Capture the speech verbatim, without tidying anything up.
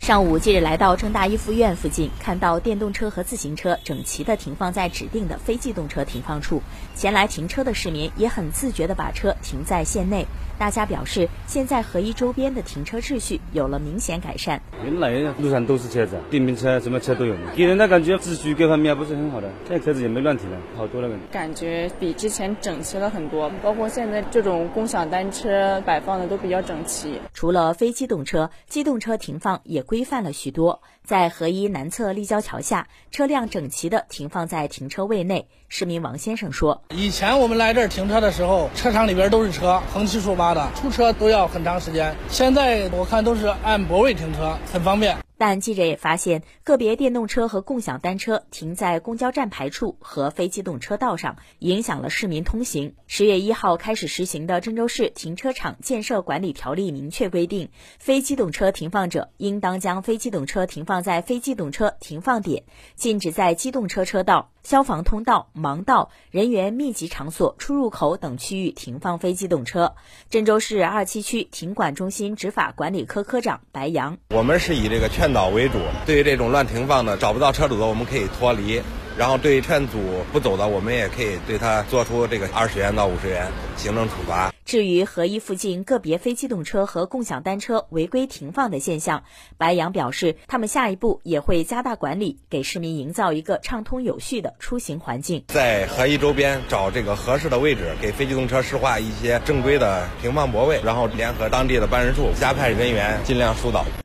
上午，记者来到郑大一附院附近，看到电动车和自行车整齐地停放在指定的非机动车停放处。前来停车的市民也很自觉地把车停在线内。大家表示，现在合一周边的停车秩序有了明显改善。 原来路上都是车子，电瓶车什么车都有，给人的感觉秩序各方面不是很好的。现在车子也没乱停了，好多了。 感觉比之前整齐了很多，包括现在这种共享单车摆放的都比较整齐。 除了非机动车，机动车停放也规范了许多。在合一南侧立交桥下，车辆整齐地停放在停车位内。市民王先生说：“ 以前我们来这儿停车的时候，车场里边都是车，横七竖八的，出车都要很长时间。现在我看都是按泊位停车，很方便。” 但记者也发现，个别电动车和共享单车停在公交站牌处和非机动车道上，影响了市民通行。十月一号开始实行的郑州市停车场建设管理条例明确规定，非机动车停放者应当将非机动车停放在非机动车停放点，禁止在机动车车道、消防通道、盲道、人员密集场所出入口等区域停放非机动车。郑州市二七区停管中心执法管理科科长白杨：“ 我们是以这个劝导为主，对于这种乱停放的找不到车主的，我们可以脱离。然后对于劝阻不走的，我们也可以对他做出这个二十元到五十元行政处罚。” 至于合一附近个别非机动车和共享单车违规停放的现象，白杨表示，他们下一步也会加大管理，给市民营造一个畅通有序的出行环境。 在合一周边找这个合适的位置，给非机动车施划一些正规的停放泊位，然后联合当地的办事处加派人员，尽量疏导。